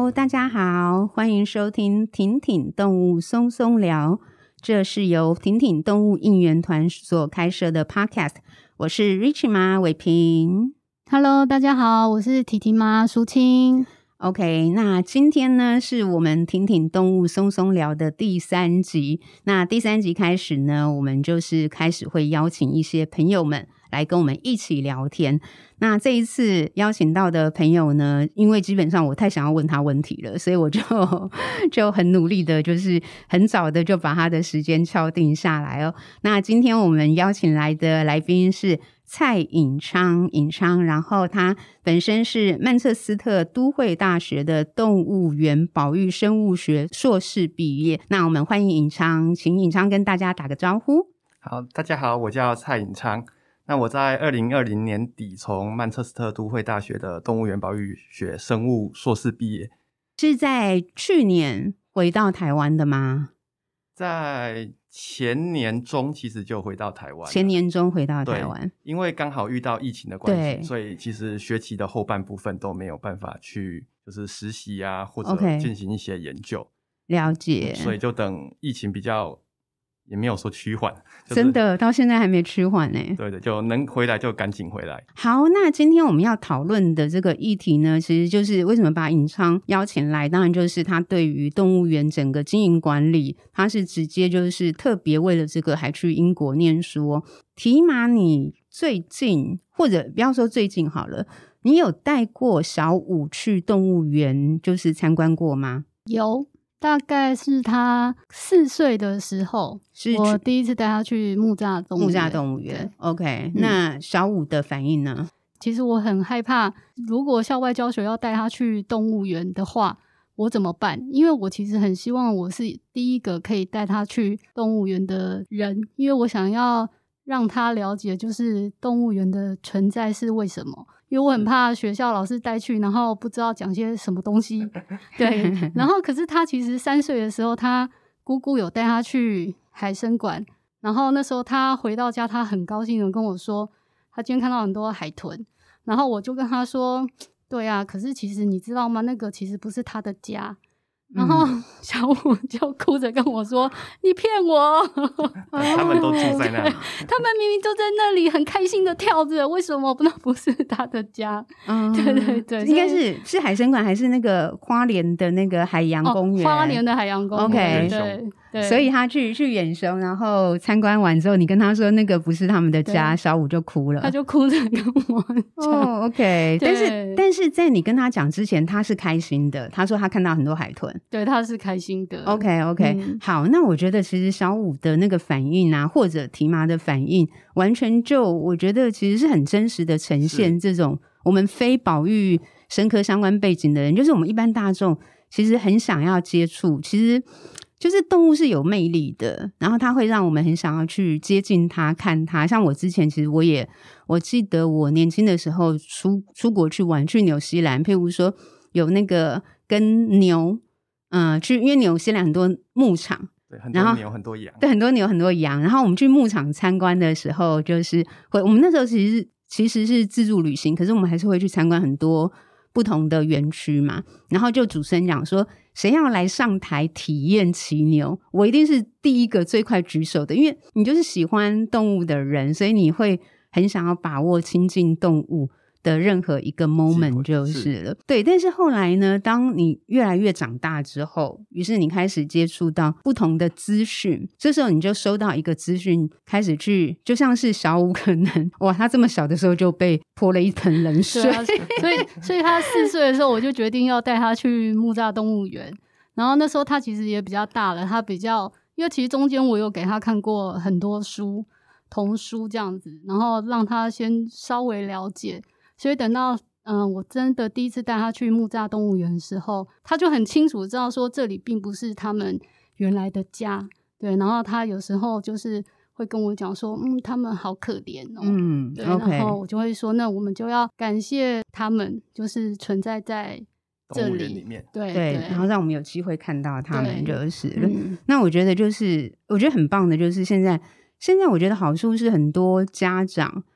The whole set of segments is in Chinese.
Hello， 大家好，欢迎收听挺挺动物松松聊，这是由挺挺动物应援团所开设的 Podcast， 我是 Richie 妈伟平。 Hello， 大家好，我是体体妈淑清。 OK， 那今天呢是我们挺挺动物松松聊的第3集。那第3集开始呢，我们就是开始会邀请一些朋友们来跟我们一起聊天。那这一次邀请到的朋友呢，因为基本上我太想要问他问题了，所以我就很努力的，就是很早的就把他的时间敲定下来哦。那今天我们邀请来的来宾是蔡颖昌，然后他本身是曼彻斯特都会大学的动物园保育生物学硕士毕业。那我们欢迎颖昌，请颖昌跟大家打个招呼。 好，大家好，我叫蔡颖昌。那我在2020年底从曼彻斯特都会大学的动物园保育学生物硕士毕业。 是在去年回到台湾的吗？ 在前年中其实就回到台湾， 前年中回到台湾， 因为刚好遇到疫情的关系，所以其实学期的后半部分都没有办法去就是实习啊，或者进行一些研究。 了解。 所以就等疫情比较也没有说趋缓， 真的到现在还没趋缓呢。 对，就能回来就赶紧回来。 好，那今天我们要讨论的这个议题呢，其实就是为什么把颖昌邀请来，当然就是他对于动物园整个经营管理，他是直接就是特别为了这个还去英国念书哦。提玛，你最近或者不要说最近好了，你有带过小五去动物园就是参观过吗？ 有，大概是他4岁的时候，我第一次带他去木栅动物园。 OK，那小五的反应呢？ 其实我很害怕，如果校外教学要带他去动物园的话，我怎么办？因为我其实很希望我是第一个可以带他去动物园的人，因为我想要让他了解就是动物园的存在是为什么。因为我很怕学校老师带去，然后不知道讲些什么东西。对，然后可是他其实3岁的时候，他姑姑有带他去海生馆，然后那时候他回到家，他很高兴的跟我说，他今天看到很多海豚，然后我就跟他说，对啊，可是其实你知道吗？那个其实不是他的家。然后小五就哭着跟我说，你骗我。 他们都住在那里。 他们明明都在那里很开心的跳着，为什么那不是他的家？对对对， 应该是海生馆还是那个花莲的那个海洋公园？ 花莲的海洋公园。 OK， 对，所以他去远雄，然后参观完之后，你跟他说那个不是他们的家，小五就哭了。 他就哭着跟我讲。 OK， 但是在你跟他讲之前，他是开心的。他说他看到很多海豚。 对，他是开心的。 OK， 好，那我觉得其实小五的那个反应啊，或者提麻的反应，完全就我觉得其实是很真实的呈现这种我们非保育生科相关背景的人，就是我们一般大众其实很想要接触，其实就是动物是有魅力的，然后它会让我们很想要去接近它看它。像我之前其实我记得我年轻的时候出国去玩，去纽西兰，譬如说有那个跟牛因为纽西兰很多牧场， 对，很多牛很多羊， 对，很多牛很多羊。然后我们去牧场参观的时候，就是我们那时候其实是自助旅行，可是我们还是会去参观很多不同的园区嘛。然后就主持人讲说，谁要来上台体验骑牛，我一定是第一个最快举手的，因为你就是喜欢动物的人，所以你会很想要把握亲近动物的任何一个 moment 就是了。对，但是后来呢，当你越来越长大之后，于是你开始接触到不同的资讯，这时候你就收到一个资讯，开始去就像是小五可能哇，他这么小的时候就被泼了一盆冷水。 所以他4岁的时候，我就决定要带他去木栅动物园。然后那时候他其实也比较大了，他比较因为其实中间我有给他看过很多书，童书这样子，然后让他先稍微了解。所以等到我真的第一次带他去木栅动物园的时候，他就很清楚知道说这里并不是他们原来的家。对，然后他有时候就是会跟我讲说他们好可怜哦。对， okay， 然后我就会说那我们就要感谢他们就是存在在这动物园里面。 对，然后让我们有机会看到他们就是了。那我觉得很棒的就是现在我觉得好处是很多家长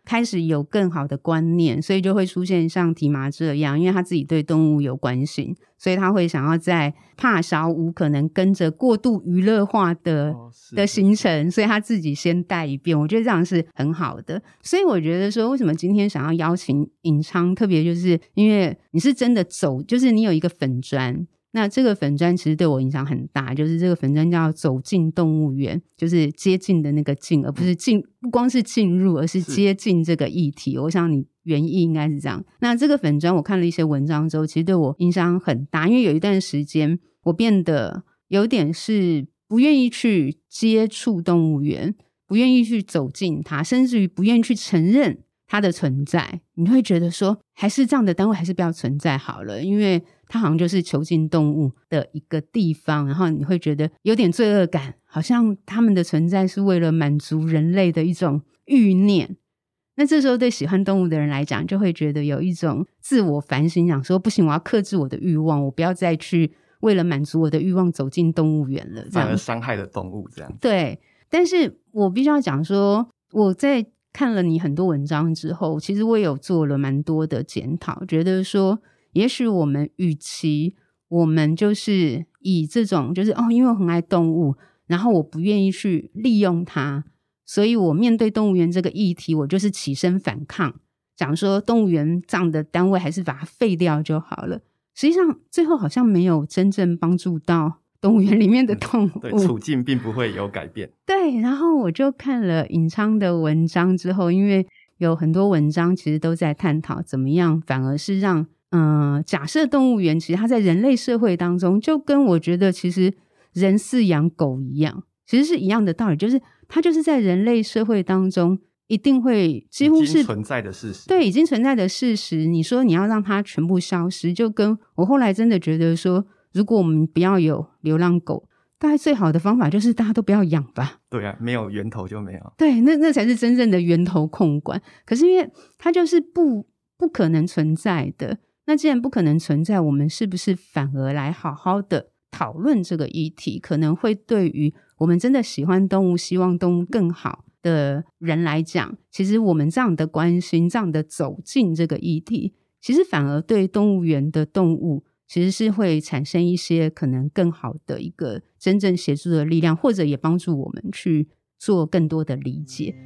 开始有更好的观念，所以就会出现像提麻这样，因为他自己对动物有关心，所以他会想要在怕小五可能跟着过度娱乐化的行程，所以他自己先带一遍，我觉得这样是很好的。所以我觉得说为什么今天想要邀请尹昌，特别就是因为你是真的走，就是你有一个粉专，那这个粉专其实对我影响很大，就是这个粉专叫走进动物园，就是接近的那个近，而不是不光是进入，而是接近这个议题。我想你原意应该是这样。那这个粉专我看了一些文章之后，其实对我影响很大，因为有一段时间我变得有点是不愿意去接触动物园，不愿意去走进它，甚至于不愿意去承认它的存在。你会觉得说还是这样的单位还是不要存在好了，因为它好像就是囚禁动物的一个地方，然后你会觉得有点罪恶感，好像他们的存在是为了满足人类的一种欲念。那这时候对喜欢动物的人来讲，就会觉得有一种自我反省，想说不行，我要克制我的欲望，我不要再去为了满足我的欲望走进动物园了， 反而伤害了动物这样。 对，但是我必须要讲说，我在看了你很多文章之后，其实我也有做了蛮多的检讨，觉得说也许我们与其我们就是以这种就是因为我很爱动物，然后我不愿意去利用它，所以我面对动物园这个议题我就是起身反抗，讲说动物园这样的单位还是把它废掉就好了，实际上最后好像没有真正帮助到动物园里面的动物， 对，处境并不会有改变。 对，然后我就看了尹昌的文章之后，因为有很多文章其实都在探讨怎么样反而是让假设动物园其实它在人类社会当中就跟我觉得其实人饲养狗一样，其实是一样的道理，就是它就是在人类社会当中一定会几乎是已经存在的事实。 对，已经存在的事实，你说你要让它全部消失，就跟我后来真的觉得说如果我们不要有流浪狗，大概最好的方法就是大家都不要养吧。 对啊，没有源头就没有。 对，那才是真正的源头控管。可是因为它就是不可能存在的，那既然不可能存在，我们是不是反而来好好的讨论这个议题，可能会对于我们真的喜欢动物，希望动物更好的人来讲，其实我们这样的关心，这样的走进这个议题，其实反而对动物园的动物其实是会产生一些可能更好的一个真正协助的力量，或者也帮助我们去做更多的理解。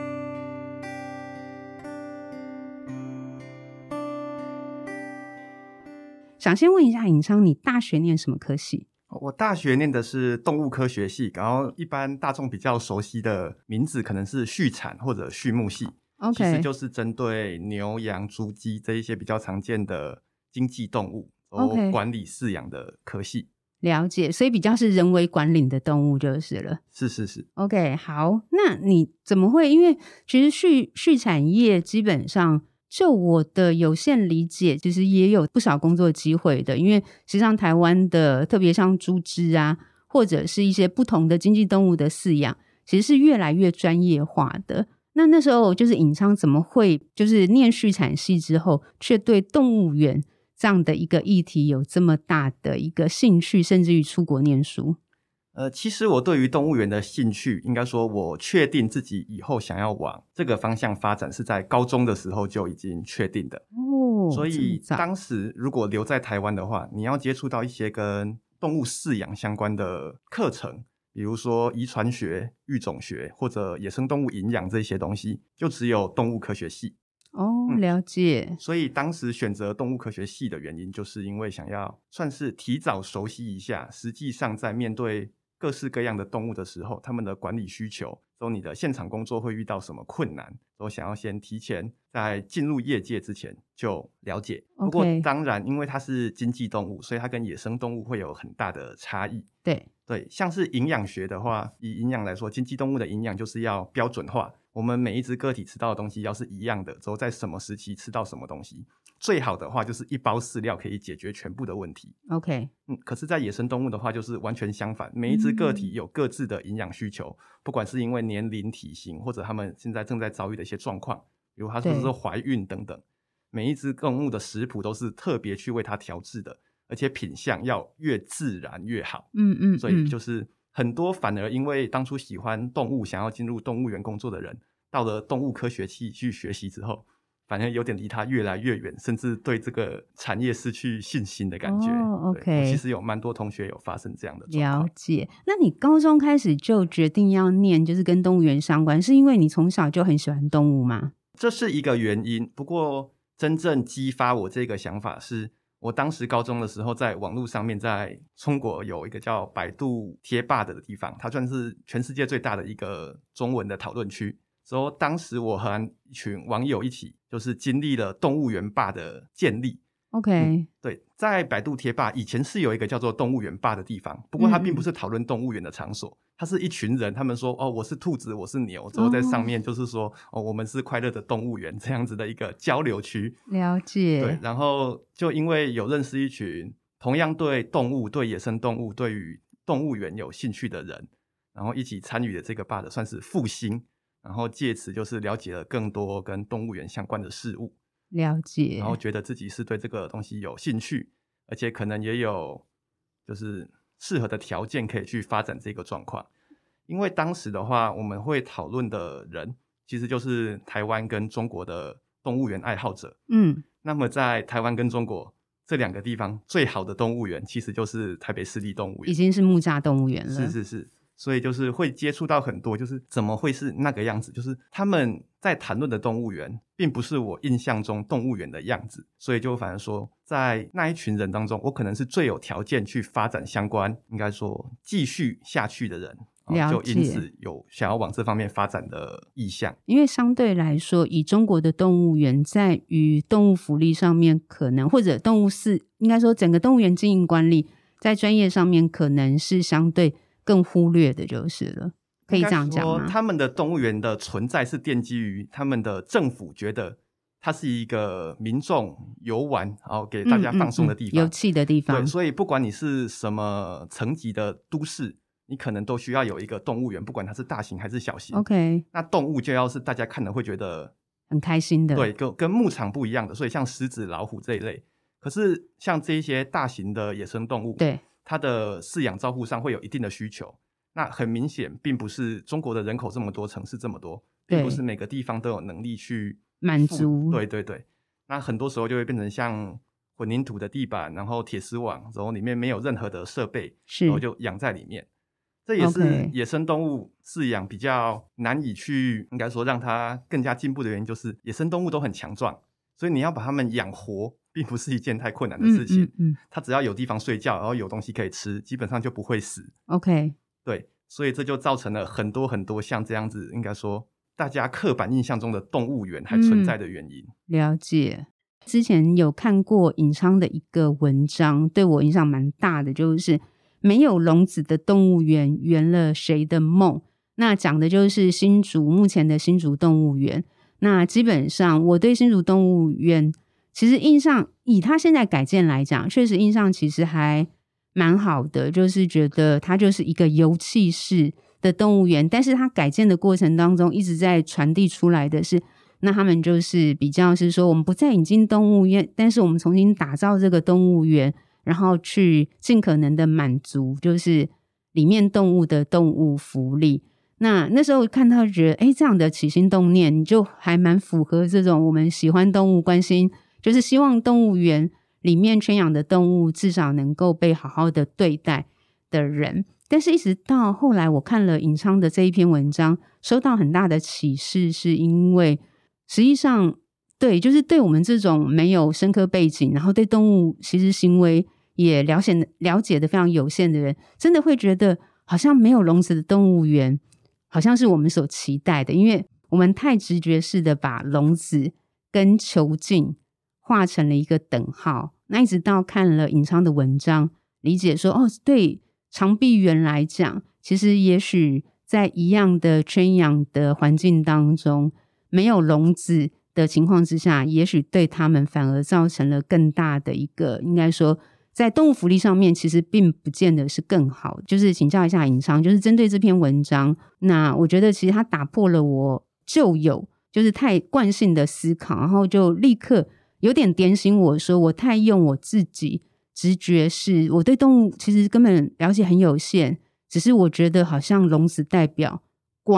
想先问一下尹昌，你大学念什么科系？ 我大学念的是动物科学系，然后一般大众比较熟悉的名字可能是畜产或者畜牧系。 Okay. 其实就是针对牛羊猪鸡这一些比较常见的经济动物管理饲养的科系。 了解，所以比较是人为管理的动物就是了。 是 OK， 好，那你怎么会，因为其实畜产业基本上就我的有限理解，其实也有不少工作机会的，因为实际上台湾的特别像猪只啊，或者是一些不同的经济动物的饲养，其实是越来越专业化的。那时候就是尹昌怎么会就是念畜产系之后却对动物园这样的一个议题有这么大的一个兴趣，甚至于出国念书？ 其实我对于动物园的兴趣，应该说我确定自己以后想要往这个方向发展是在高中的时候就已经确定的。所以当时如果留在台湾的话，你要接触到一些跟动物饲养相关的课程，比如说遗传学、育种学或者野生动物营养这些东西，就只有动物科学系。 了解。 所以当时选择动物科学系的原因，就是因为想要算是提早熟悉一下，实际上在面对各式各样的动物的时候，他们的管理需求，说你的现场工作会遇到什么困难，我想要先提前在进入业界之前就了解。不过当然因为它是经济动物，所以它跟野生动物会有很大的差异。对，像是营养学的话，以营养来说，经济动物的营养就是要标准化，我们每一只个体吃到的东西要是一样的，之后在什么时期吃到什么东西，最好的话就是一包饲料可以解决全部的问题。可是在野生动物的话就是完全相反，每一只个体有各自的营养需求，不管是因为年龄、体型或者他们现在正在遭遇的一些状况，比如它是不是怀孕等等，每一只动物的食谱都是特别去为它调制的，而且品相要越自然越好。所以就是很多反而因为当初喜欢动物想要进入动物园工作的人， 到了动物科学系去学习之后，反而有点离它越来越远，甚至对这个产业失去信心的感觉。 OK， 其实有蛮多同学有发生这样的状况。 了解。那你高中开始就决定要念就是跟动物园相关，是因为你从小就很喜欢动物吗？ 这是一个原因，不过真正激发我这个想法是我当时高中的时候在网络上面，在中国有一个叫百度贴吧的地方，它算是全世界最大的一个中文的讨论区。之后当时我和一群网友一起就是经历了动物园吧的建立。 OK， 对，在百度贴吧以前是有一个叫做动物园吧的地方，不过它并不是讨论动物园的场所，它是一群人，他们说我是兔子，我是牛，之后在上面就是说我们是快乐的动物园这样子的一个交流区。 了解。 对，然后就因为有认识一群同样对动物、对野生动物、对于动物园有兴趣的人，然后一起参与了这个吧的算是复兴，然后借此就是了解了更多跟动物园相关的事物。 了解。 然后觉得自己是对这个东西有兴趣，而且可能也有就是适合的条件可以去发展这个状况。因为当时的话，我们会讨论的人其实就是台湾跟中国的动物园爱好者。那么在台湾跟中国这两个地方最好的动物园其实就是台北市立动物园， 已经是木栅动物园了。 是，所以就是会接触到很多就是怎么会是那个样子，就是他们在谈论的动物园并不是我印象中动物园的样子，所以就反而说在那一群人当中，我可能是最有条件去发展相关应该说继续下去的人。就因此有想要往这方面发展的意向。 因为相对来说，以中国的动物园在于动物福利上面可能，或者动物饲应该说整个动物园经营管理在专业上面可能是相对更忽略的就是了，可以这样讲吗？ 他们的动物园的存在是奠基于他们的政府觉得它是一个民众游玩然后给大家放松的地方， 有趣的地方。 对，所以不管你是什么层级的都市，你可能都需要有一个动物园，不管它是大型还是小型。 OK， 那动物就要是大家看了会觉得很开心的， 对，跟牧场不一样的，所以像狮子老虎这一类。可是像这一些大型的野生动物， 对， 它的饲养照护上会有一定的需求，那很明显并不是中国的人口这么多，城市这么多，并不是每个地方都有能力去满足。 对，那很多时候就会变成像混凝土的地板，然后铁丝网，然后里面没有任何的设备，然后就养在里面。这也是野生动物饲养比较难以去应该说让它更加进步的原因，就是野生动物都很强壮，所以你要把它们养活并不是一件太困难的事情。它只要有地方睡觉，然后有东西可以吃，基本上就不会死。 OK， 对，所以这就造成了很多很多像这样子应该说大家刻板印象中的动物园还存在的原因。 了解。之前有看过尹昌的一个文章，对我影响蛮大的，就是没有笼子的动物园圆了谁的梦。那讲的就是新竹目前的新竹动物园。那基本上我对新竹动物园其实印象，以它现在改建来讲，确实印象其实还蛮好的，就是觉得它就是一个油气式的动物园，但是它改建的过程当中一直在传递出来的是，那他们就是比较是说我们不再引进动物园，但是我们重新打造这个动物园，然后去尽可能的满足就是里面动物的动物福利。那时候看到觉得这样的起心动念你就还蛮符合这种我们喜欢动物，关心就是希望动物园里面圈养的动物至少能够被好好的对待的人。但是一直到后来我看了尹昌的这一篇文章，收到很大的启示，是因为实际上对，就是对我们这种没有深刻背景，然后对动物其实行为也了解的非常有限的人，真的会觉得好像没有笼子的动物园好像是我们所期待的，因为我们太直觉式的把笼子跟囚禁画成了一个等号。那一直到看了尹昌的文章，理解说对长臂猿来讲，其实也许在一样的圈养的环境当中，没有笼子的情况之下，也许对他们反而造成了更大的一个应该说在动物福利上面其实并不见得是更好。就是请教一下尹昌，就是针对这篇文章，那我觉得其实它打破了我旧有就是太惯性的思考，然后就立刻有点点醒我说我太用我自己直觉式，我对动物其实根本了解很有限，只是我觉得好像笼子代表关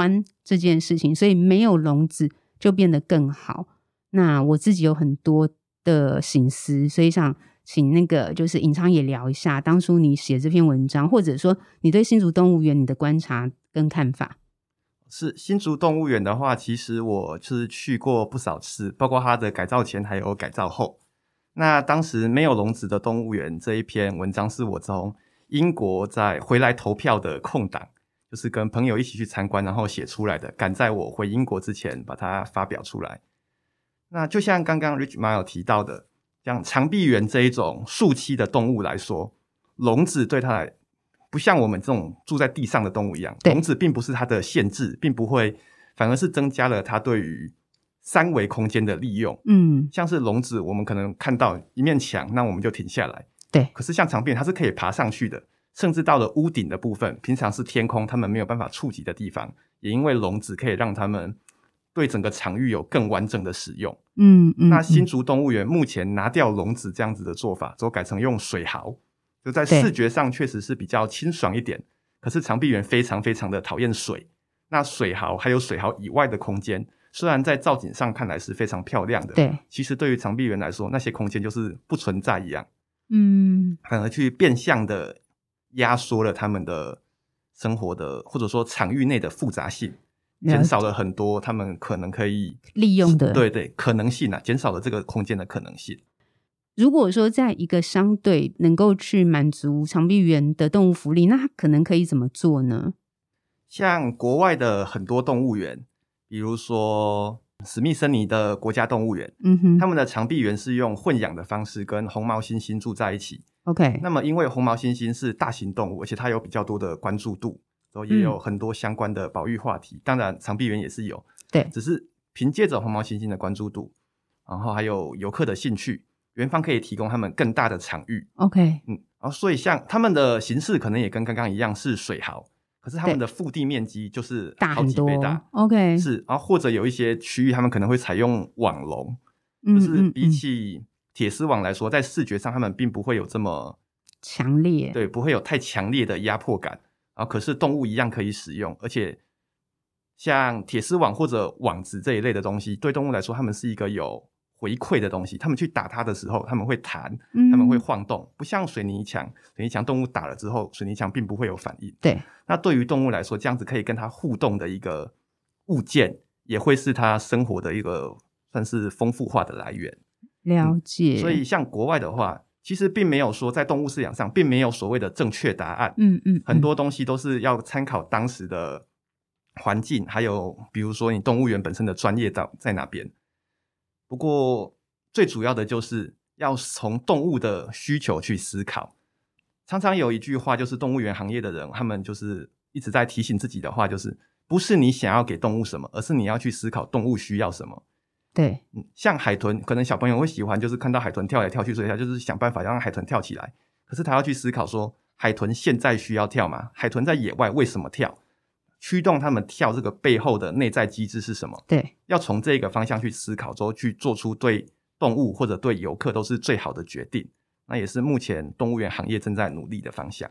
这件事情，所以没有笼子就变得更好。那我自己有很多的省思，所以想请那个就是尹昌也聊一下当初你写这篇文章，或者说你对新竹动物园你的观察跟看法。 是新竹动物园的话，其实我是去过不少次，包括它的改造前还有改造后。那当时没有笼子的动物园这一篇文章是我从英国在回来投票的空档，就是跟朋友一起去参观然后写出来的，赶在我回英国之前把它发表出来。那就像刚刚 Rich Ma 有提到的，像长臂猿这一种树栖的动物来说，笼子对它来不像我们这种住在地上的动物一样，笼子并不是它的限制，并不会，反而是增加了它对于三维空间的利用。像是笼子我们可能看到一面墙，那我们就停下来， 对。 可是像长臂猿它是可以爬上去的，甚至到了屋顶的部分，平常是天空他们没有办法触及的地方，也因为笼子可以让他们对整个场域有更完整的使用。那新竹动物园目前拿掉笼子这样子的做法，之后改成用水壕，就在视觉上确实是比较清爽一点。可是长臂猿非常非常的讨厌水，那水壕还有水壕以外的空间，虽然在造景上看来是非常漂亮的， 对， 其实对于长臂猿来说，那些空间就是不存在一样。反而去变相的压缩了他们的生活的或者说场域内的复杂性，减少了很多他们可能可以利用的对可能性啊，减少了这个空间的可能性。 如果说在一个相对能够去满足长臂猿的动物福利，那它可能可以怎么做呢？ 像国外的很多动物园，比如说史密森尼的国家动物园，他们的长臂猿是用混养的方式跟红毛猩猩住在一起。 OK， 那么因为红毛猩猩是大型动物，而且它有比较多的关注度，也有很多相关的保育话题，当然长臂猿也是有， 对， 只是凭借着红毛猩猩的关注度，然后还有游客的兴趣，园方可以提供他们更大的场域。 OK， 然后所以像他们的形式可能也跟刚刚一样是水壕，可是他们的腹地面积就是好几倍大。 OK， 是，然后或者有一些区域他们可能会采用网笼，就是比起铁丝网来说，在视觉上他们并不会有这么强烈， 对，不会有太强烈的压迫感。然后可是动物一样可以使用，而且像铁丝网或者网子这一类的东西，对动物来说，它们是一个有回馈的东西。他们去打它的时候，他们会弹，他们会晃动，不像水泥墙。水泥墙动物打了之后，水泥墙并不会有反应。 对， 那对于动物来说，这样子可以跟它互动的一个物件，也会是它生活的一个算是丰富化的来源。 了解。 所以像国外的话，其实并没有说在动物饲养上并没有所谓的正确答案。很多东西都是要参考当时的环境，还有比如说你动物园本身的专业在哪边。不过最主要的就是要从动物的需求去思考。常常有一句话，就是动物园行业的人他们就是一直在提醒自己的话，就是不是你想要给动物什么，而是你要去思考动物需要什么。 对， 像海豚，可能小朋友会喜欢就是看到海豚跳来跳去，所以他就是想办法让海豚跳起来。可是他要去思考说，海豚现在需要跳吗？海豚在野外为什么跳？驱动他们跳这个背后的内在机制是什么？ 对， 要从这个方向去思考之后，去做出对动物或者对游客都是最好的决定。那也是目前动物园行业正在努力的方向。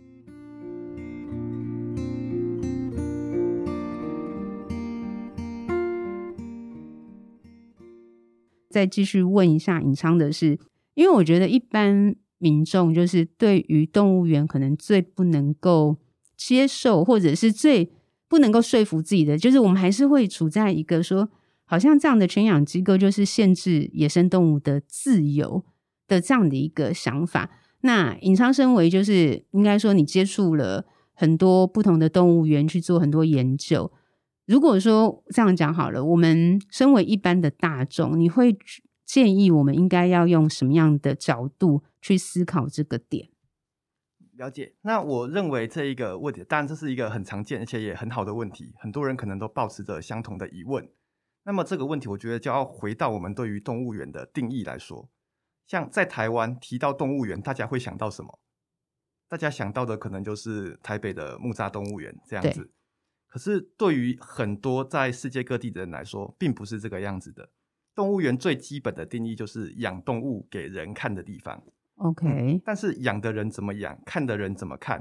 再继续问一下尹昌的是，因为我觉得一般民众就是对于动物园可能最不能够接受，或者是最不能够说服自己的，就是我们还是会处在一个说好像这样的圈养机构就是限制野生动物的自由的这样的一个想法。那尹昌身为就是应该说你接触了很多不同的动物园去做很多研究，如果说这样讲好了，我们身为一般的大众，你会建议我们应该要用什么样的角度去思考这个点？ 了解。那我认为这一个问题，当然这是一个很常见而且也很好的问题，很多人可能都抱持着相同的疑问。那么这个问题我觉得就要回到我们对于动物园的定义来说。像在台湾提到动物园，大家会想到什么？大家想到的可能就是台北的木栅动物园这样子。可是对于很多在世界各地的人来说，并不是这个样子的。动物园最基本的定义就是养动物给人看的地方。 OK， 但是养的人怎么养，看的人怎么看，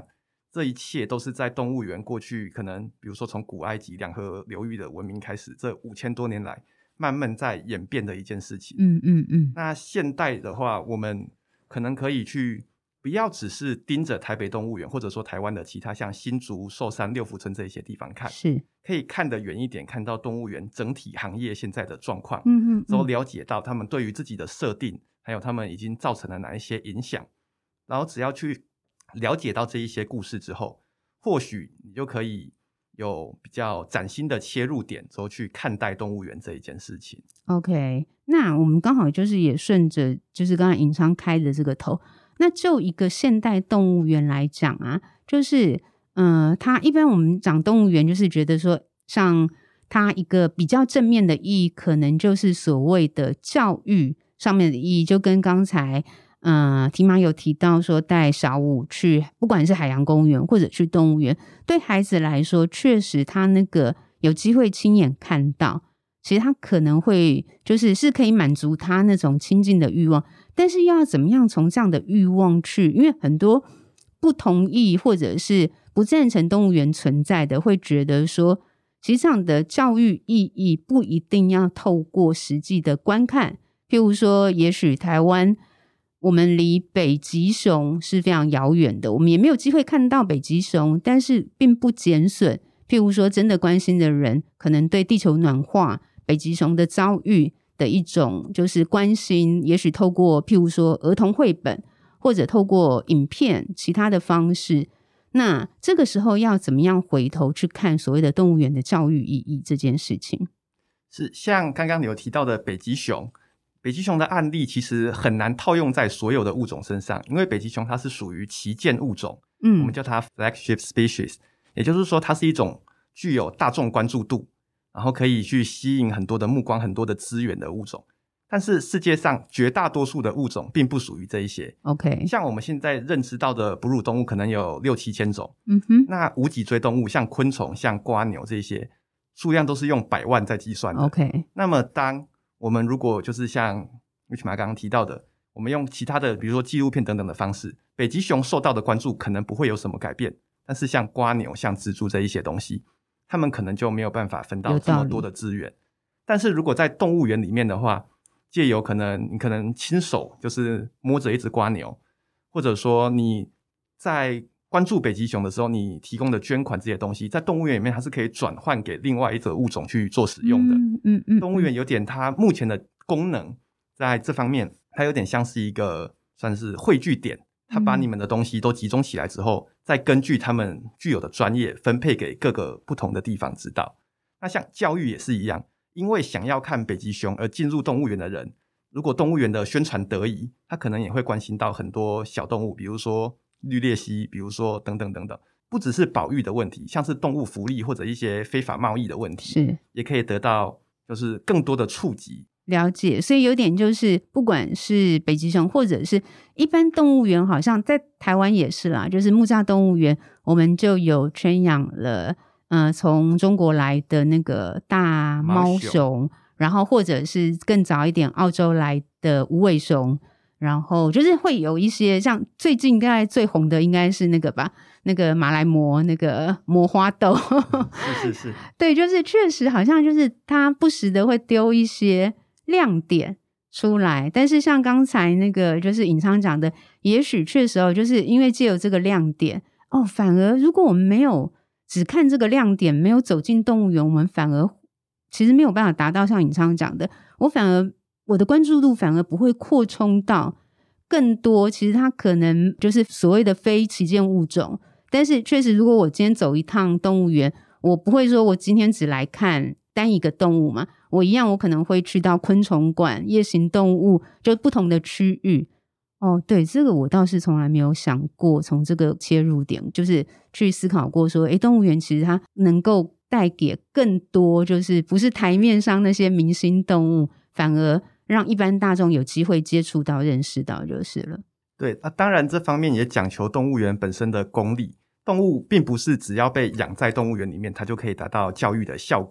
这一切都是在动物园过去可能比如说从古埃及两河流域的文明开始，这5000多年来慢慢在演变的一件事情。那现代的话，我们可能可以去不要只是盯着台北动物园，或者说台湾的其他像新竹、寿山、六福村这一些地方看， 是可以看得远一点，看到动物园整体行业现在的状况，都了解到他们对于自己的设定，还有他们已经造成了哪一些影响，然后只要去了解到这一些故事之后，或许你就可以有比较崭新的切入点，之后去看待动物园这一件事情。 OK， 那我们刚好就是也顺着就是刚才尹昌开的这个头，那就一个现代动物园来讲啊，就是它一般我们讲动物园就是觉得说像它一个比较正面的意义，可能就是所谓的教育上面的意义，就跟刚才提妈有提到说带小五去不管是海洋公园或者去动物园，对孩子来说确实他那个有机会亲眼看到，其实他可能会是可以满足他那种亲近的欲望，但是要怎么样从这样的欲望去，因为很多不同意或者是不赞成动物园存在的会觉得说其实这样的教育意义不一定要透过实际的观看，譬如说也许台湾我们离北极熊是非常遥远的，我们也没有机会看到北极熊，但是并不减损譬如说真的关心的人可能对地球暖化北极熊的遭遇的一种就是关心，也许透过譬如说儿童绘本或者透过影片其他的方式，那这个时候要怎么样回头去看所谓的动物园的教育意义这件事情？ 是像刚刚你有提到的北极熊的案例其实很难套用在所有的物种身上，因为北极熊它是属于旗舰物种，我们叫它 flagship species， 也就是说它是一种具有大众关注度，然后可以去吸引很多的目光很多的资源的物种，但是世界上绝大多数的物种并不属于这一些。 OK， 像我们现在认知到的哺乳动物可能有6-7千种，那无脊椎动物像昆虫像蝸牛这些数量都是用100万在计算的。 OK， 那么当我们如果就是像Richma刚刚提到的，我们用其他的比如说纪录片等等的方式，北极熊受到的关注可能不会有什么改变，但是像蝸牛像蜘蛛这一些东西，他们可能就没有办法分到这么多的资源。但是如果在动物园里面的话，借由你可能亲手就是摸着一只蝸牛，或者说你在关注北极熊的时候你提供的捐款这些东西，在动物园里面它是可以转换给另外一种物种去做使用的。动物园有点它目前的功能在这方面，它有点像是一个算是汇聚点，它把你们的东西都集中起来之后，再根据他们具有的专业分配给各个不同的地方知道。那像教育也是一样，因为想要看北极熊而进入动物园的人，如果动物园的宣传得宜，他可能也会关心到很多小动物，比如说绿鬣蜥，比如说等等等等，不只是保育的问题，像是动物福利或者一些非法贸易的问题， 是也可以得到就是更多的触及。 了解，所以有点就是不管是北极熊或者是一般动物园，好像在台湾也是啦，就是木栅动物园我们就有圈养了从中国来的那个大猫熊，然后或者是更早一点澳洲来的无尾熊，然后就是会有一些像最近应该最红的应该是那个吧，那个马来貘那个魔花豆是对，就是确实好像就是他不时的会丢一些亮点出来，但是像刚才那个就是尹昌讲的，也许确实就是因为藉由这个亮点反而如果我们没有只看这个亮点，没有走进动物园，我们反而其实没有办法达到像尹昌讲的，我的关注度反而不会扩充到更多，其实它可能就是所谓的非旗舰物种。但是确实如果我今天走一趟动物园，我不会说我今天只来看单一个动物嘛，我一样我可能会去到昆虫馆、夜行动物，就不同的区域。对，这个我倒是从来没有想过从这个切入点就是去思考过说动物园其实它能够带给更多就是不是台面上那些明星动物，反而让一般大众有机会接触到认识到就是了。 对，当然这方面也讲求动物园本身的功力，动物并不是只要被养在动物园里面它就可以达到教育的效果，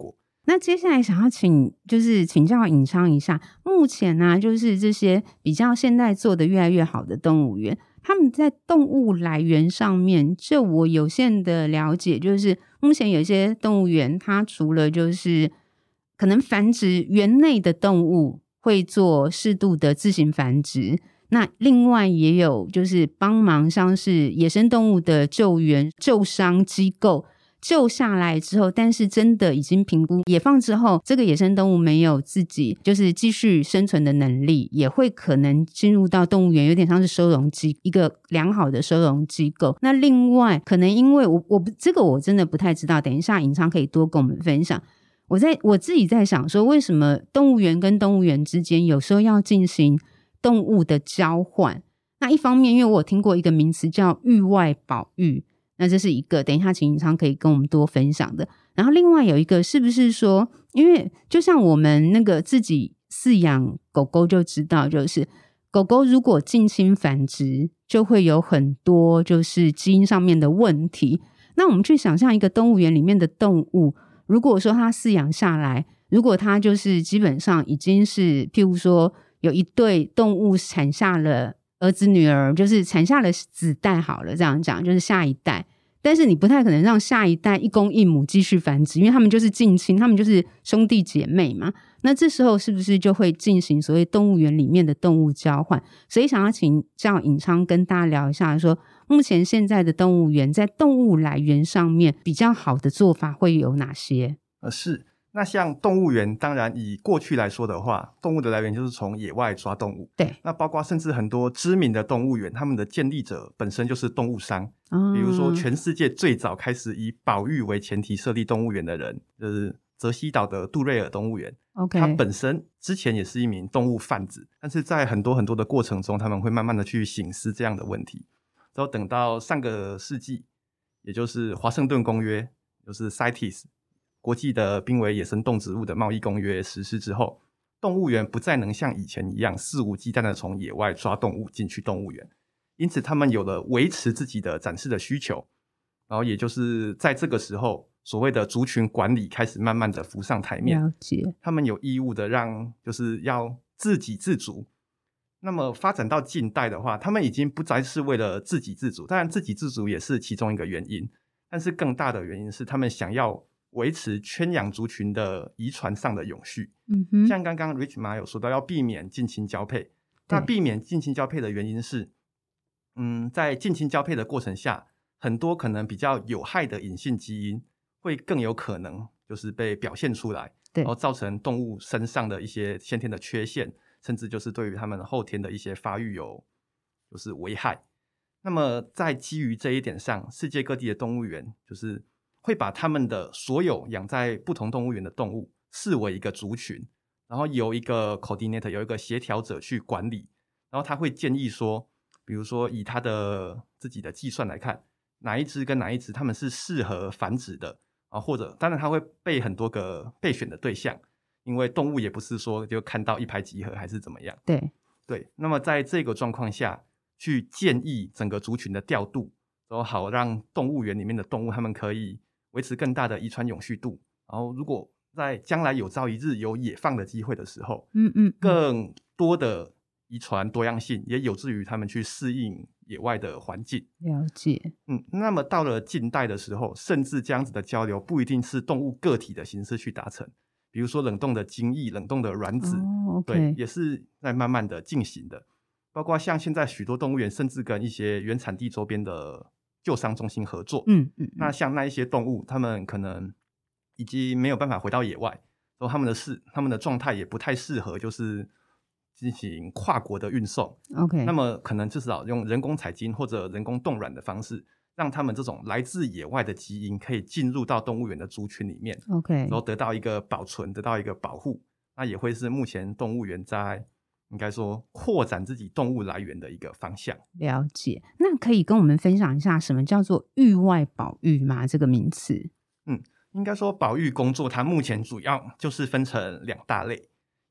那接下来想要请教尹昌一下，目前呢，就是这些比较现在做的越来越好的动物园，他们在动物来源上面，就我有限的了解，就是目前有一些动物园，它除了就是可能繁殖园内的动物会做适度的自行繁殖，那另外也有就是帮忙像是野生动物的救援救伤机构救下来之后，但是真的已经评估野放之后，这个野生动物没有自己就是继续生存的能力，也会可能进入到动物园，有点像是收容机，一个良好的收容机构。那另外可能因为这个我真的不太知道，等一下尹昌可以多跟我们分享。我自己在想说，为什么动物园跟动物园之间有时候要进行动物的交换？那一方面因为我有听过一个名词叫域外保育，那这是一个等一下请尹昌可以跟我们多分享的。然后另外有一个是不是说，因为就像我们那个自己饲养狗狗就知道，就是狗狗如果近亲繁殖就会有很多就是基因上面的问题。那我们去想象一个动物园里面的动物，如果说它饲养下来，如果它就是基本上已经是譬如说有一对动物产下了儿子女儿，就是产下了子代好了，这样讲就是下一代，但是你不太可能让下一代一公一母继续繁殖，因为他们就是近亲，他们就是兄弟姐妹嘛。那这时候是不是就会进行所谓动物园里面的动物交换？所以想要请教尹昌跟大家聊一下说，目前现在的动物园在动物来源上面比较好的做法会有哪些？ 是，那像动物园，当然以过去来说的话，动物的来源就是从野外抓动物。 对， 那包括甚至很多知名的动物园，他们的建立者本身就是动物商。比如说全世界最早开始以保育为前提设立动物园的人，就是泽西岛的杜瑞尔动物园。他本身之前也是一名动物贩子，但是在很多的过程中，他们会慢慢的去省思这样的问题。之后等到上个世纪，也就是华盛顿公约，就是 CITES 国际的濒危野生动植物的贸易公约实施之后，动物园不再能像以前一样肆无忌惮的从野外抓动物进去动物园，因此他们有了维持自己的展示的需求。然后也就是在这个时候，所谓的族群管理开始慢慢的浮上台面。 了解， 他们有义务的就是要自给自足。那么发展到近代的话，他们已经不再是为了自给自足，当然自给自足也是其中一个原因，但是更大的原因是他们想要维持圈养族群的遗传上的永续。像刚刚 Rich Ma 有说到要避免近亲交配，那避免近亲交配的原因是在近亲交配的过程下，很多可能比较有害的隐性基因会更有可能就是被表现出来，然后造成动物身上的一些先天的缺陷，甚至就是对于他们后天的一些发育有就是危害。那么在基于这一点上，世界各地的动物园就是会把他们的所有养在不同动物园的动物视为一个族群，然后由一个 coordinator 有一个协调者去管理，然后他会建议说，比如说以他的自己的计算来看，哪一只跟哪一只他们是适合繁殖的或者当然他会备很多个备选的对象，因为动物也不是说就看到一拍即合还是怎么样。对，那么在这个状况下去建议整个族群的调度，然后好让动物园里面的动物他们可以维持更大的遗传永续度，然后如果在将来有朝一日有野放的机会的时候，更多的遗传多样性也有助于他们去适应野外的环境。 了解。 那么到了近代的时候，甚至这样子的交流不一定是动物个体的形式去达成，比如说冷冻的精液、冷冻的卵子，对，也是在慢慢的进行的。包括像现在许多动物园甚至跟一些原产地周边的救伤中心合作。那像那一些动物，他们可能已经没有办法回到野外，然后他们的状态也不太适合就是进行跨国的运送。那么可能至少用人工采精或者人工冻卵的方式，让他们这种来自野外的基因可以进入到动物园的族群里面，然后得到一个保存，得到一个保护。那也会是目前动物园在应该说扩展自己动物来源的一个方向。 了解。那可以跟我们分享一下什么叫做域外保育吗？这个名词。 应该说保育工作它目前主要就是分成2大类，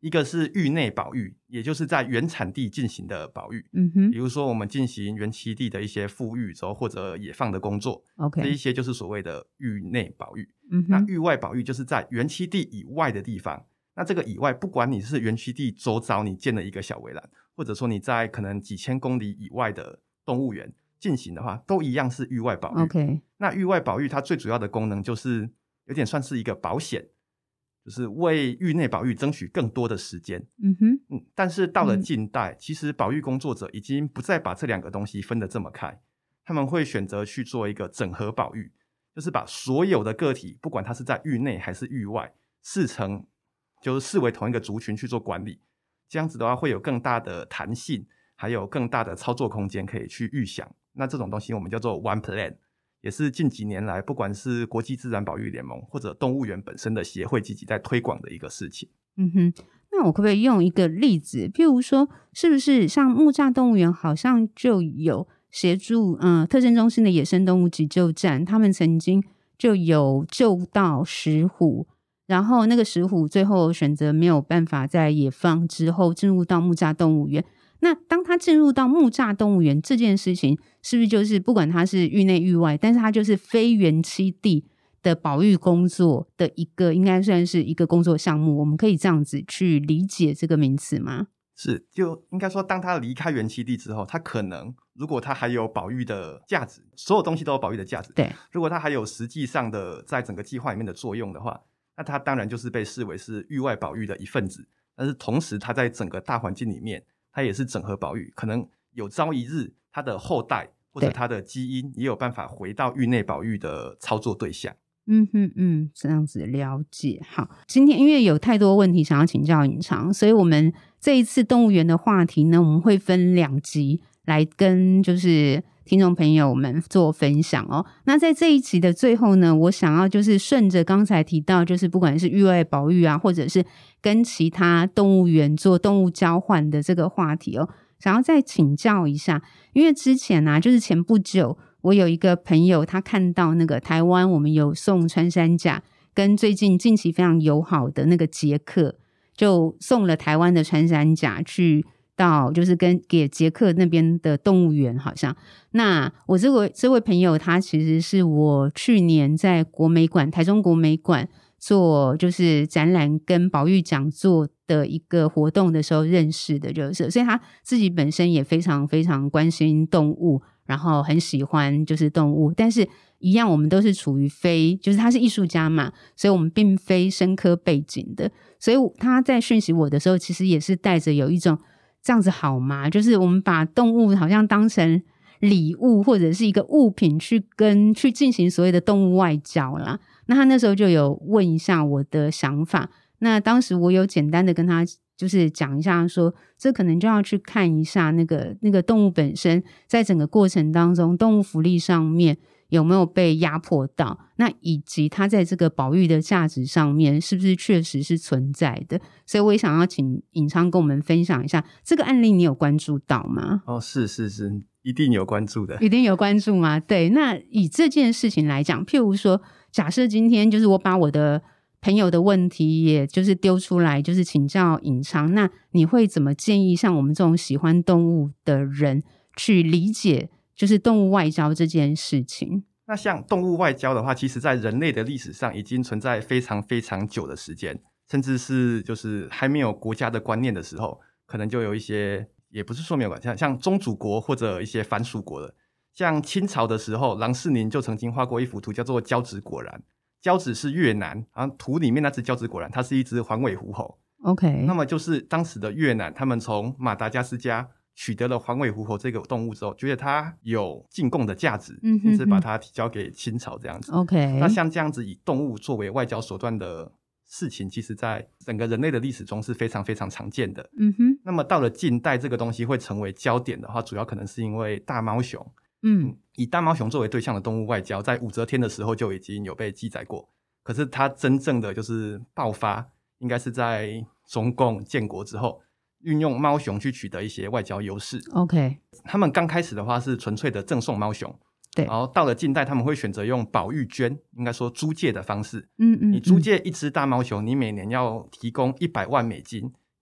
一个是域内保育，也就是在原产地进行的保育，比如说我们进行原栖地的一些复育或者野放的工作， OK， 这一些就是所谓的域内保育。那域外保育就是在原栖地以外的地方，那这个以外不管你是原栖地周遭你建了一个小围栏，或者说你在可能几千公里以外的动物园进行的话，都一样是域外保育。 OK， 那域外保育它最主要的功能就是有点算是一个保险，就是为域内保育争取更多的时间。但是到了近代，其实保育工作者已经不再把这两个东西分得这么开，他们会选择去做一个整合保育，就是把所有的个体不管它是在域内还是域外就是视为同一个族群去做管理，这样子的话会有更大的弹性，还有更大的操作空间可以去预想。那这种东西我们叫做 One Plan， 也是近几年来不管是国际自然保育联盟或者动物园本身的协会积极在推广的一个事情。 那我可不可以用一个例子，譬如说是不是像木栅动物园好像就有协助特生中心的野生动物急救站，他们曾经就有救到石虎，然后那个石虎最后选择没有办法在野放之后进入到木栅动物园。那当他进入到木栅动物园这件事情，是不是就是不管他是域内域外，但是他就是非原栖地的保育工作的一个，应该算是一个工作项目，我们可以这样子去理解这个名词吗？ 是，就应该说当他离开原栖地之后，他可能如果他还有保育的价值，所有东西都有保育的价值， 对， 如果他还有实际上的在整个计划里面的作用的话，那他当然就是被视为是域外保育的一份子。但是同时他在整个大环境里面，他也是整合保育，可能有朝一日他的后代或者他的基因也有办法回到域内保育的操作对象。 这样子了解。好，今天因为有太多问题想要请教隐藏，所以我们这一次动物园的话题呢，我们会分2集来跟就是听众朋友们做分享哦。那在这一集的最后呢，我想要就是顺着刚才提到，就是不管是域外保育啊，或者是跟其他动物园做动物交换的这个话题哦，想要再请教一下，因为之前啊，就是前不久我有一个朋友，他看到那个台湾我们有送穿山甲，跟最近近期非常友好的那个捷克，就送了台湾的穿山甲去到就是给捷克那边的动物园好像。那我这位朋友他其实是我去年在国美馆台中国美馆做就是展览跟保育讲座的一个活动的时候认识的，就是所以他自己本身也非常非常关心动物，然后很喜欢就是动物，但是一样我们都是处于就是他是艺术家嘛，所以我们并非生科背景的，所以他在讯息我的时候其实也是带着有一种这样子好吗，就是我们把动物好像当成礼物或者是一个物品去进行所谓的动物外交啦。那他那时候就有问一下我的想法，那当时我有简单的跟他就是讲一下说，这可能就要去看一下那个动物本身在整个过程当中动物福利上面有没有被压迫到，那以及它在这个保育的价值上面是不是确实是存在的。所以我也想要请隐昌跟我们分享一下这个案例，你有关注到吗？ 是一定有关注的。 一定有关注吗？对，那以这件事情来讲，譬如说假设今天就是我把我的朋友的问题也就是丢出来，就是请教隐昌，那你会怎么建议像我们这种喜欢动物的人去理解就是动物外交这件事情？ 那像动物外交的话，其实在人类的历史上已经存在非常非常久的时间，甚至是就是还没有国家的观念的时候，可能就有一些，也不是说没有关系，像宗主国或者一些藩属国的，像清朝的时候，郎世宁就曾经画过一幅图叫做交趾果然。交趾是越南，然后图里面那只交趾果然它是一只环尾狐猴。 OK， 那么就是当时的越南，他们从马达加斯加取得了环尾狐猴这个动物之后，觉得它有进贡的价值，因此把它提交给清朝这样子。 OK， 那像这样子以动物作为外交手段的事情，其实在整个人类的历史中是非常非常常见的。那么到了近代，这个东西会成为焦点的话，主要可能是因为大猫熊。以大猫熊作为对象的动物外交，在武则天的时候就已经有被记载过，可是它真正的就是爆发，应该是在中共建国之后，运用猫熊去取得一些外交优势。 OK， 他们刚开始的话是纯粹的赠送猫熊， 对， 然后到了近代他们会选择用保育捐，应该说租借的方式。你租借一只大猫熊，你每年要提供$100万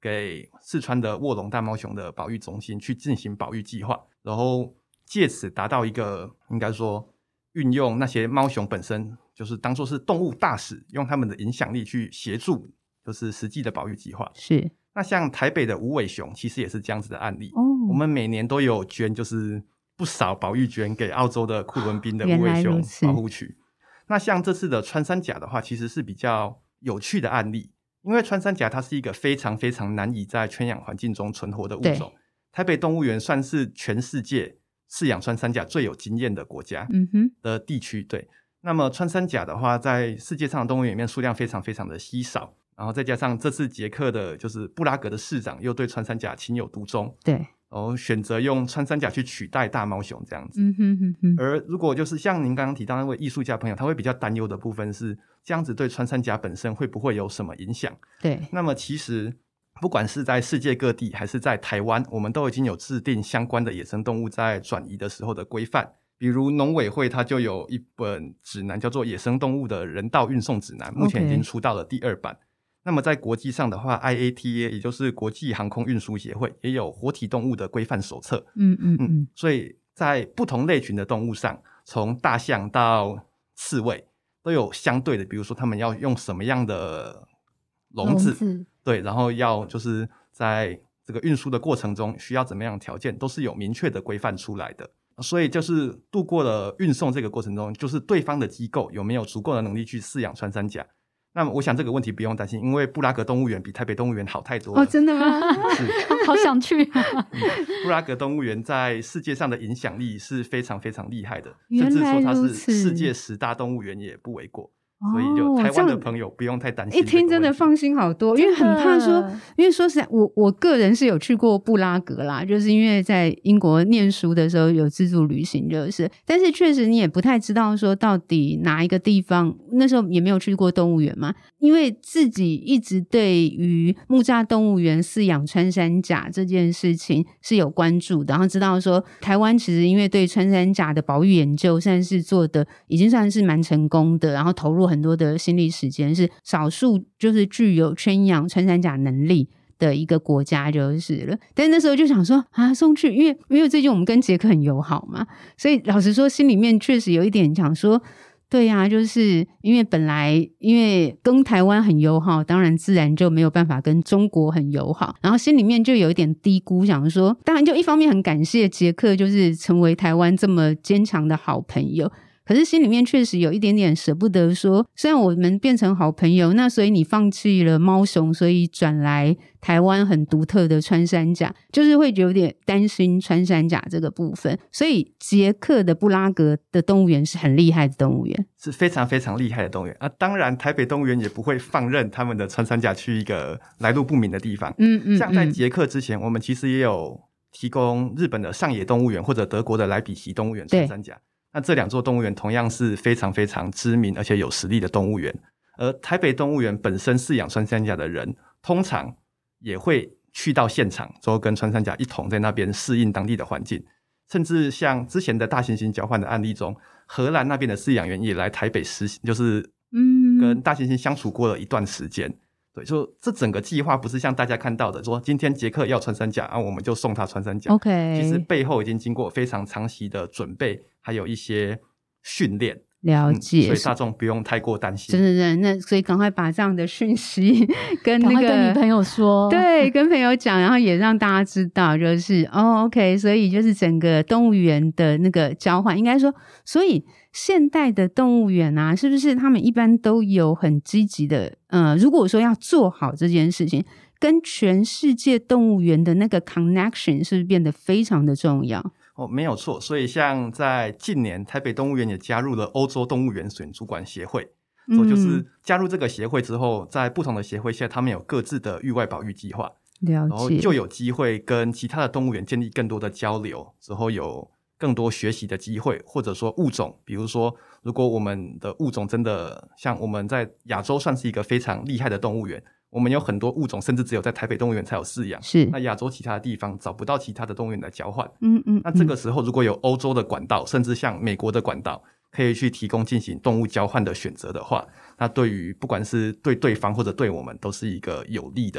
给四川的卧龙大猫熊的保育中心去进行保育计划，然后借此达到一个应该说运用那些猫熊本身就是当作是动物大使，用他们的影响力去协助就是实际的保育计划。 是。 那像台北的无尾熊其实也是这样子的案例，我们每年都有捐就是不少保育捐给澳洲的库伦宾的无尾熊保护区。那像这次的穿山甲的话其实是比较有趣的案例，因为穿山甲它是一个非常非常难以在圈养环境中存活的物种，台北动物园算是全世界饲养穿山甲最有经验的国家的地区。对，那么穿山甲的话在世界上的动物园里面数量非常非常的稀少，然后再加上这次捷克的就是布拉格的市长又对穿山甲情有独钟，对，然后选择用穿山甲去取代大猫熊这样子。而如果就是像您刚刚提到那位艺术家朋友，他会比较担忧的部分是这样子对穿山甲本身会不会有什么影响。对，那么其实不管是在世界各地还是在台湾，我们都已经有制定相关的野生动物在转移的时候的规范，比如农委会它就有一本指南叫做野生动物的人道运送指南，目前已经出到了第2版。那么在国际上的话 IATA 也就是国际航空运输协会也有活体动物的规范手册。所以在不同类群的动物上，从大象到刺猬都有相对的，比如说他们要用什么样的笼子，对，然后要就是在这个运输的过程中需要怎么样的条件，都是有明确的规范出来的。所以就是度过了运送这个过程中，就是对方的机构有没有足够的能力去饲养穿山甲。那么我想这个问题不用担心，因为布拉格动物园比台北动物园好太多了。真的吗？ 好想去布拉格动物园在世界上的影响力是非常非常厉害的，甚至说它是世界10大动物园也不为过。所以就台湾的朋友不用太担心， 一听真的放心好多，因为很怕说，因为说实在我个人是有去过布拉格啦，就是因为在英国念书的时候有自助旅行就是，但是确实你也不太知道说到底哪一个地方，那时候也没有去过动物园嘛，因为自己一直对于木栅动物园饲养穿山甲这件事情是有关注的，然后知道说台湾其实因为对穿山甲的保育研究算是做的已经算是蛮成功的，然后投入很多的心力时间，是少数就是具有圈养穿山甲能力的一个国家就是了。但那时候就想说送去，因为最近我们跟捷克很友好嘛，所以老实说心里面确实有一点想说，对啊，就是因为本来因为跟台湾很友好，当然自然就没有办法跟中国很友好，然后心里面就有一点低估，想说当然就一方面很感谢捷克就是成为台湾这么坚强的好朋友，可是心里面确实有一点点舍不得说，虽然我们变成好朋友，那所以你放弃了猫熊，所以转来台湾很独特的穿山甲，就是会有点担心穿山甲这个部分。所以捷克的布拉格的动物园是很厉害的动物园， 是非常非常厉害的动物园当然台北动物园也不会放任他们的穿山甲去一个来路不明的地方。像在捷克之前，我们其实也有提供日本的上野动物园或者德国的莱比锡动物园穿山甲，那这2座动物园同样是非常非常知名而且有实力的动物园。而台北动物园本身饲养穿山甲的人通常也会去到现场之后跟穿山甲一同在那边适应当地的环境，甚至像之前的大猩猩交换的案例中，荷兰那边的饲养员也来台北实行，就是跟大猩猩相处过了一段时间。对，就这整个计划不是像大家看到的说今天捷克要穿山甲我们就送他穿山甲。其实背后已经经过非常长期的准备，还有一些训练。了解，所以大众不用太过担心。 真的，那所以赶快把这样的讯息跟那个跟你朋友说， 对，跟朋友讲，然后也让大家知道，就是OK， 所以就是整个动物园的那个交换，应该说，所以现代的动物园啊，是不是他们一般都有很积极的如果说要做好这件事情，跟全世界动物园的那个 connection 是不是变得非常的重要？ 没有错，所以像在近年台北动物园也加入了欧洲动物园选主管协会，就是加入这个协会之后，在不同的协会下他们有各自的域外保育计划，然后就有机会跟其他的动物园建立更多的交流，之后有更多学习的机会，或者说物种，比如说如果我们的物种真的像我们在亚洲算是一个非常厉害的动物园，我们有很多物种甚至只有在台北动物园才有饲养，是那亚洲其他的地方找不到其他的动物园来交换。那这个时候如果有欧洲的管道，甚至像美国的管道可以去提供进行动物交换的选择的话，那对于不管是对对方或者对我们都是一个有利的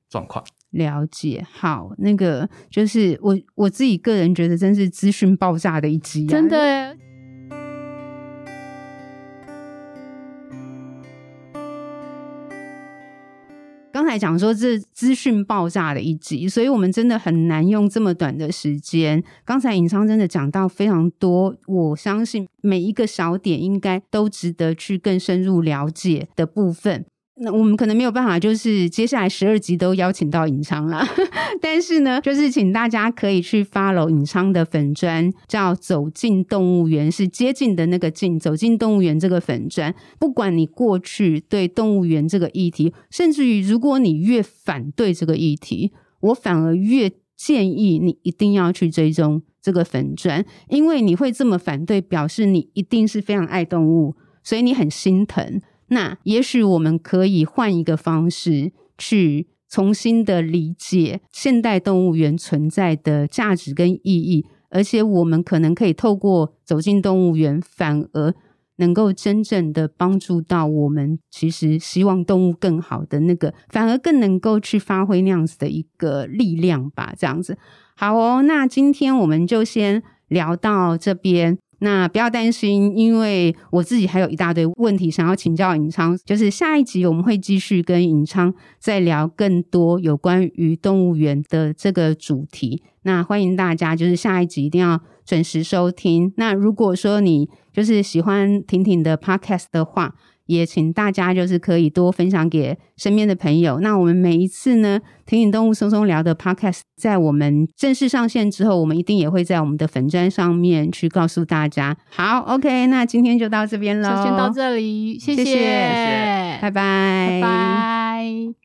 状况。 了解。好，那个就是我自己个人觉得真是资讯爆炸的一集真的耶。 刚才讲说这资讯爆炸的一集，所以我们真的很难用这么短的时间。刚才尹昌真的讲到非常多，我相信每一个小点应该都值得去更深入了解的部分。那我们可能没有办法就是接下来12集都邀请到尹昌啦但是呢就是请大家可以去 follow 尹昌的粉专，叫走进动物园，是接近的那个近，走进动物园这个粉专。不管你过去对动物园这个议题，甚至于如果你越反对这个议题，我反而越建议你一定要去追踪这个粉专，因为你会这么反对表示你一定是非常爱动物，所以你很心疼。那也许我们可以换一个方式去重新的理解现代动物园存在的价值跟意义，而且我们可能可以透过走进动物园，反而能够真正的帮助到我们其实希望动物更好的那个，反而更能够去发挥那样子的一个力量吧，这样子。好哦，那今天我们就先聊到这边。那不要担心，因为我自己还有一大堆问题想要请教尹昌，就是下一集我们会继续跟尹昌再聊更多有关于动物园的这个主题。那欢迎大家就是下一集一定要准时收听。那如果说你就是喜欢婷婷的 podcast 的话，也请大家就是可以多分享给身边的朋友。那我们每一次呢婷婷动物松松聊的 podcast 在我们正式上线之后，我们一定也会在我们的粉专上面去告诉大家。好 OK， 那今天就到这边咯， 就先到这里，谢谢， 拜拜， 拜拜。